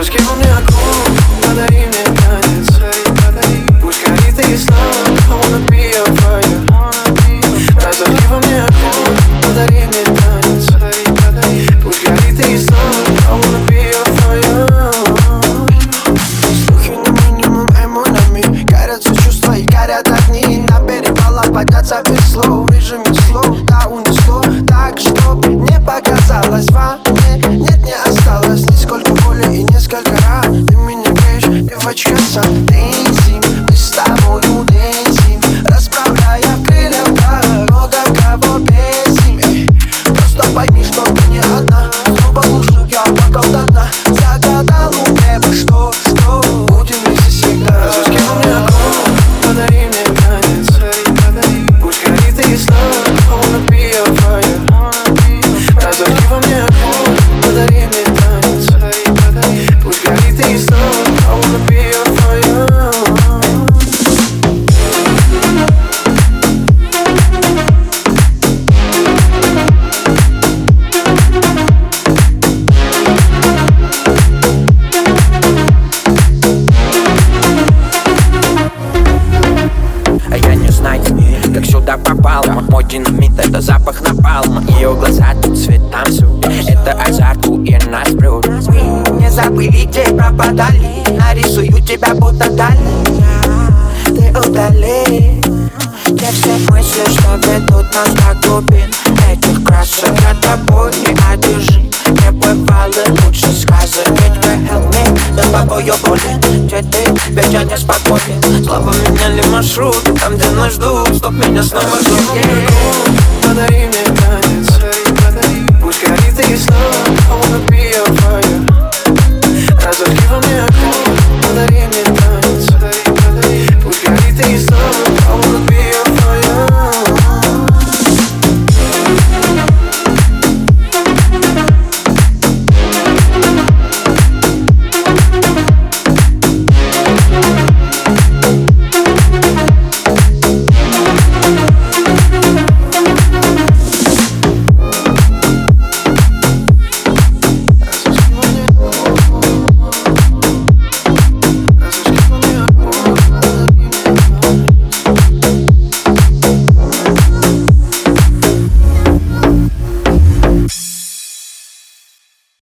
Зажги во мне огонь, подари мне танец. Пусть горит и снова, I wanna be your fire. Зажги во мне огонь, подари мне танец. Пусть горит и снова, I wanna be your fire. Слухи на минимум, эмонами. Горят все чувства и горят огни. На перевалах подняться без слов. Режиме слов, да унесло. Так, чтоб не показалось во мне. Нет, не осталось нисколько боли и несколько ран. Ты меня греешь, девочка, сам дэнсим. Мы с тобою дэнсим, расправляя крылья так. Много кого бесим. Просто пойми, что ты не одна. Снова лужу я плакал до дна. Загадал у неба, что будем вместе всегда. Зажги во мне огонь, подари мне танец. Пусть горит и снова, I wanna be your fire. Зажги во мне огонь, подари мне танец. Пусть горит и снова, I wanna be your fire. А я не знаю, как сюда попал. Мой динамит — это запах напалма. Ее глаза тут цветам сюда. Это азарт, нас блюд. Мы не забыли, где пропадали. Нарисую тебя будто дали. Ты удали те все мысли, что ведут нас до глубин этих красок. Я тобой не одержим. Не бывало лучше сказок. Ведь вы help me, за тобою болен. Где ты, ведь я неспокоен. Слова меняли маршрут, там где нас ждут. Стоп, меня снова ждут. Подари мне танец. Пусть горит и снова, I wanna be